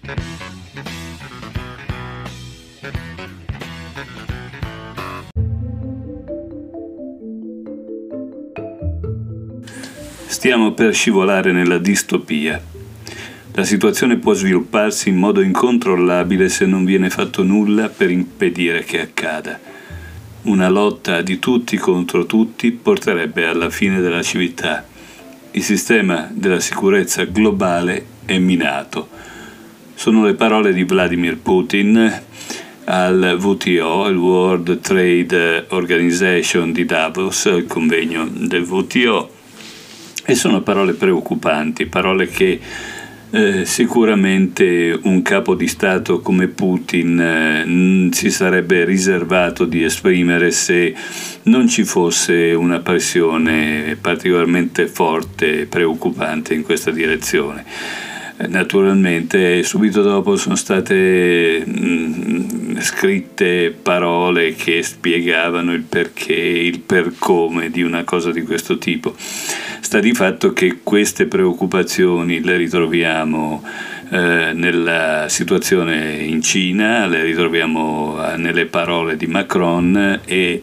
Stiamo per scivolare nella distopia. La situazione può svilupparsi in modo incontrollabile se non viene fatto nulla per impedire che accada. Una lotta di tutti contro tutti porterebbe alla fine della civiltà. Il sistema della sicurezza globale è minato. Sono le parole di Vladimir Putin al WTO, il World Trade Organization di Davos, il convegno del WTO, e sono parole preoccupanti, parole che sicuramente un capo di Stato come Putin si sarebbe riservato di esprimere se non ci fosse una pressione particolarmente forte e preoccupante in questa direzione. Naturalmente subito dopo sono state scritte parole che spiegavano il perché, il per come di una cosa di questo tipo. Sta di fatto che queste preoccupazioni le ritroviamo nella situazione in Cina, le ritroviamo nelle parole di Macron e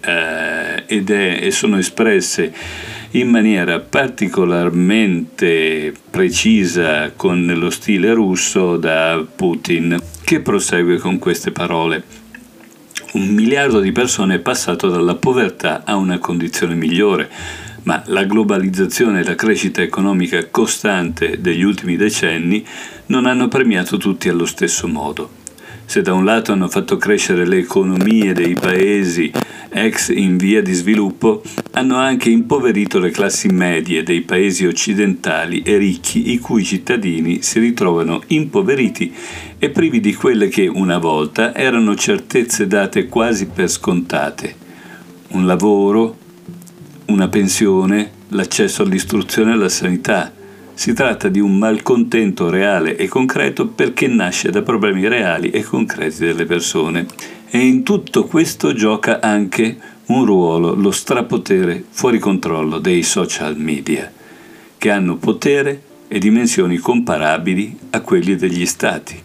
sono espresse in maniera particolarmente precisa con lo stile russo da Putin, che prosegue con queste parole. 1 miliardo di persone è passato dalla povertà a una condizione migliore, ma la globalizzazione e la crescita economica costante degli ultimi decenni non hanno premiato tutti allo stesso modo. Se da un lato hanno fatto crescere le economie dei paesi ex in via di sviluppo, hanno anche impoverito le classi medie dei paesi occidentali e ricchi, i cui cittadini si ritrovano impoveriti e privi di quelle che una volta erano certezze date quasi per scontate: un lavoro, una pensione, l'accesso all'istruzione e alla sanità. Si tratta di un malcontento reale e concreto perché nasce da problemi reali e concreti delle persone. E in tutto questo gioca anche un ruolo lo strapotere fuori controllo dei social media, che hanno potere e dimensioni comparabili a quelli degli stati.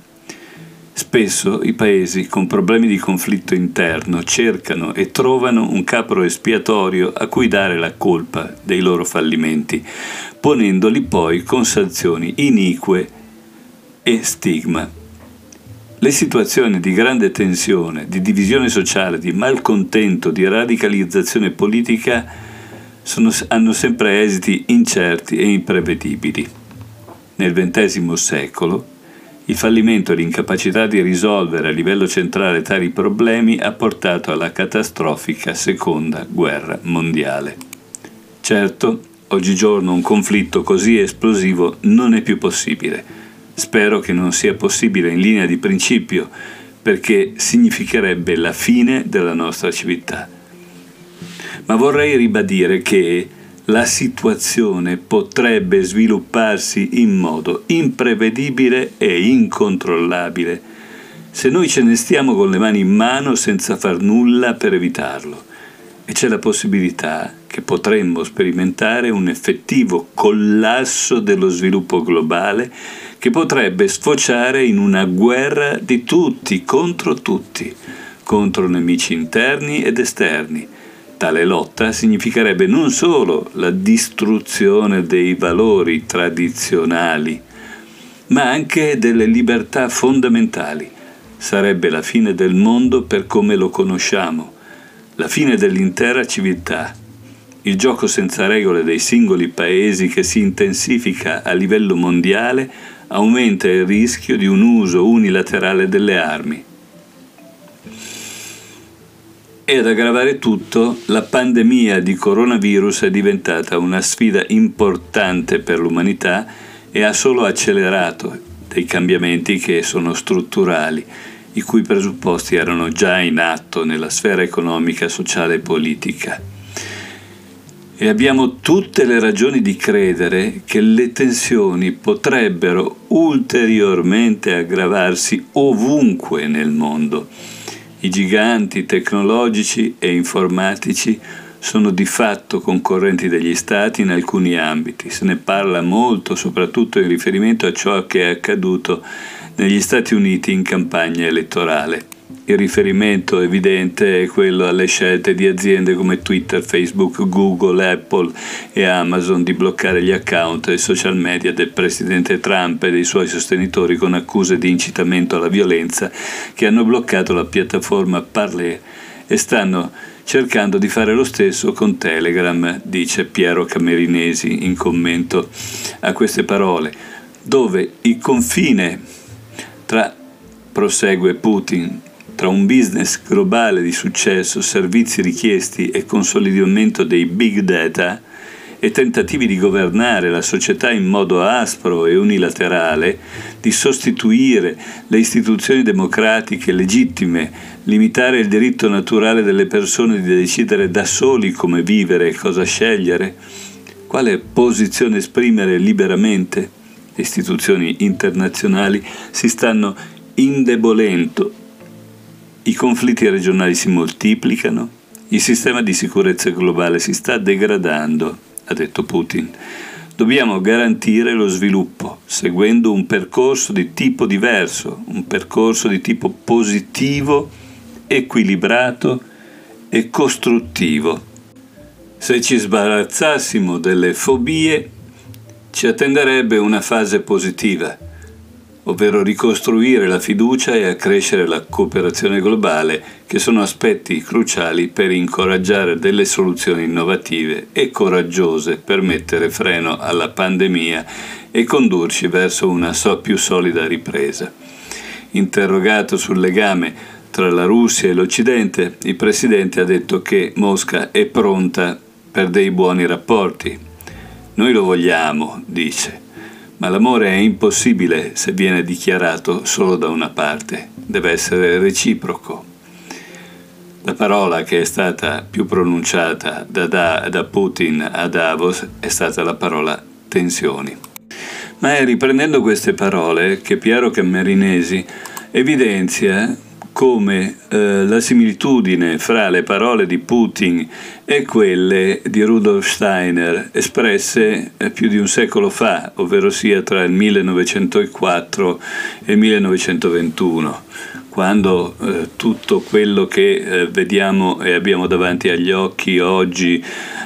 Spesso i paesi con problemi di conflitto interno cercano e trovano un capro espiatorio a cui dare la colpa dei loro fallimenti, ponendoli poi con sanzioni inique e stigma. Le situazioni di grande tensione, di divisione sociale, di malcontento, di radicalizzazione politica hanno sempre esiti incerti e imprevedibili. Nel XX secolo il fallimento e l'incapacità di risolvere a livello centrale tali problemi ha portato alla catastrofica Seconda Guerra Mondiale. Certo, oggigiorno un conflitto così esplosivo non è più possibile. Spero che non sia possibile in linea di principio, perché significherebbe la fine della nostra civiltà. Ma vorrei ribadire che la situazione potrebbe svilupparsi in modo imprevedibile e incontrollabile se noi ce ne stiamo con le mani in mano senza far nulla per evitarlo. E c'è la possibilità che potremmo sperimentare un effettivo collasso dello sviluppo globale che potrebbe sfociare in una guerra di tutti, contro nemici interni ed esterni. Tale lotta significherebbe non solo la distruzione dei valori tradizionali, ma anche delle libertà fondamentali. Sarebbe la fine del mondo per come lo conosciamo, la fine dell'intera civiltà. Il gioco senza regole dei singoli paesi che si intensifica a livello mondiale aumenta il rischio di un uso unilaterale delle armi. E ad aggravare tutto, la pandemia di coronavirus è diventata una sfida importante per l'umanità e ha solo accelerato dei cambiamenti che sono strutturali, i cui presupposti erano già in atto nella sfera economica, sociale e politica. E abbiamo tutte le ragioni di credere che le tensioni potrebbero ulteriormente aggravarsi ovunque nel mondo. I giganti tecnologici e informatici sono di fatto concorrenti degli Stati in alcuni ambiti. Se ne parla molto, soprattutto in riferimento a ciò che è accaduto negli Stati Uniti in campagna elettorale. Il riferimento evidente è quello alle scelte di aziende come Twitter, Facebook, Google, Apple e Amazon di bloccare gli account e social media del presidente Trump e dei suoi sostenitori con accuse di incitamento alla violenza, che hanno bloccato la piattaforma Parler e stanno cercando di fare lo stesso con Telegram, dice Piero Camerinesi in commento a queste parole, dove il confine tra, prosegue Putin, tra un business globale di successo, servizi richiesti e consolidamento dei big data e tentativi di governare la società in modo aspro e unilaterale, di sostituire le istituzioni democratiche legittime, limitare il diritto naturale delle persone di decidere da soli come vivere e cosa scegliere, quale posizione esprimere liberamente. Le istituzioni internazionali si stanno indebolendo, i conflitti regionali si moltiplicano, il sistema di sicurezza globale si sta degradando, ha detto Putin. Dobbiamo garantire lo sviluppo, seguendo un percorso di tipo diverso, un percorso di tipo positivo, equilibrato e costruttivo. Se ci sbarazzassimo delle fobie, ci attenderebbe una fase positiva, ovvero ricostruire la fiducia e accrescere la cooperazione globale, che sono aspetti cruciali per incoraggiare delle soluzioni innovative e coraggiose per mettere freno alla pandemia e condurci verso una più solida ripresa. Interrogato sul legame tra la Russia e l'Occidente, il presidente ha detto che Mosca è pronta per dei buoni rapporti. Noi lo vogliamo, dice. Ma l'amore è impossibile se viene dichiarato solo da una parte, deve essere reciproco. La parola che è stata più pronunciata da Putin a Davos è stata la parola tensioni. Ma è riprendendo queste parole che Piero Camerinesi evidenzia come la similitudine fra le parole di Putin e quelle di Rudolf Steiner espresse più di un secolo fa, ovvero sia tra il 1904 e il 1921, quando tutto quello che vediamo e abbiamo davanti agli occhi oggi,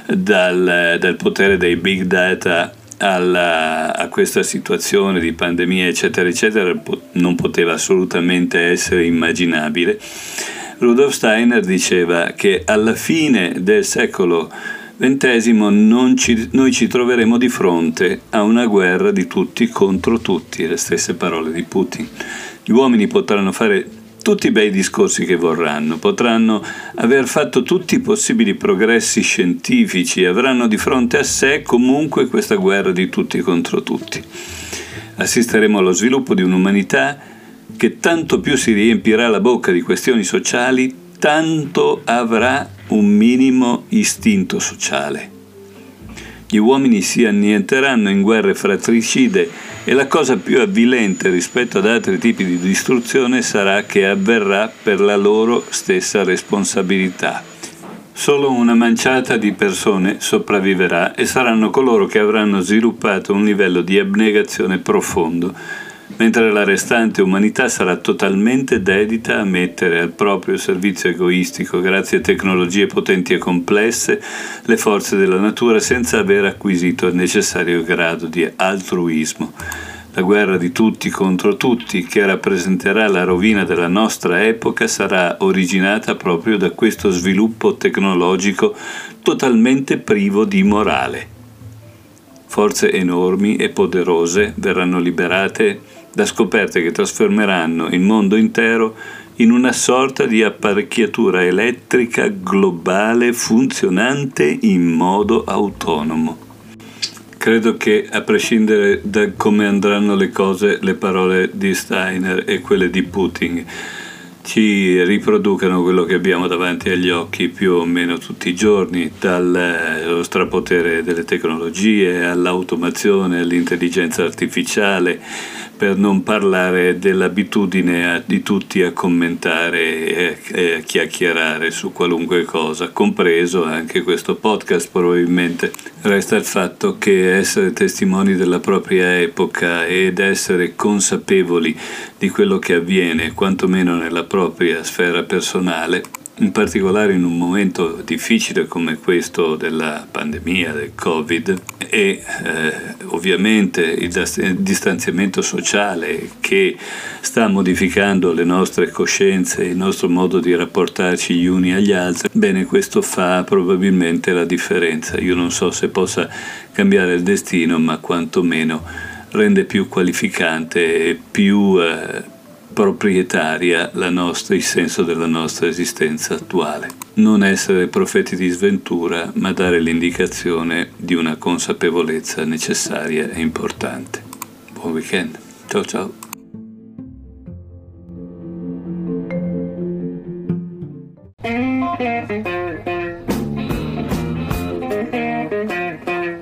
dal potere dei big data a questa situazione di pandemia eccetera eccetera non poteva assolutamente essere immaginabile. Rudolf Steiner diceva che alla fine del secolo XX noi ci troveremo di fronte a una guerra di tutti contro tutti, le stesse parole di Putin. Gli uomini potranno fare tutti i bei discorsi che vorranno, potranno aver fatto tutti i possibili progressi scientifici, avranno di fronte a sé comunque questa guerra di tutti contro tutti. Assisteremo allo sviluppo di un'umanità che tanto più si riempirà la bocca di questioni sociali, tanto avrà un minimo istinto sociale. Gli uomini si annienteranno in guerre fratricide e la cosa più avvilente rispetto ad altri tipi di distruzione sarà che avverrà per la loro stessa responsabilità. Solo una manciata di persone sopravviverà e saranno coloro che avranno sviluppato un livello di abnegazione profondo, mentre la restante umanità sarà totalmente dedita a mettere al proprio servizio egoistico, grazie a tecnologie potenti e complesse, le forze della natura senza aver acquisito il necessario grado di altruismo. La guerra di tutti contro tutti, che rappresenterà la rovina della nostra epoca, sarà originata proprio da questo sviluppo tecnologico totalmente privo di morale. Forze enormi e poderose verranno liberate da scoperte che trasformeranno il mondo intero in una sorta di apparecchiatura elettrica globale funzionante in modo autonomo. Credo che, a prescindere da come andranno le cose, le parole di Steiner e quelle di Putin ci riproducano quello che abbiamo davanti agli occhi più o meno tutti i giorni, dallo strapotere delle tecnologie all'automazione, all'intelligenza artificiale, per non parlare dell'abitudine di tutti a commentare e a chiacchierare su qualunque cosa, compreso anche questo podcast probabilmente. Resta il fatto che essere testimoni della propria epoca ed essere consapevoli di quello che avviene, quantomeno nella propria sfera personale, in particolare in un momento difficile come questo della pandemia, del Covid, e ovviamente il distanziamento sociale che sta modificando le nostre coscienze, il nostro modo di rapportarci gli uni agli altri, bene, questo fa probabilmente la differenza. Io non so se possa cambiare il destino, ma quantomeno rende più qualificante e più proprietaria il senso della nostra esistenza attuale. Non essere profeti di sventura, ma dare l'indicazione di una consapevolezza necessaria e importante. Buon weekend. Ciao ciao.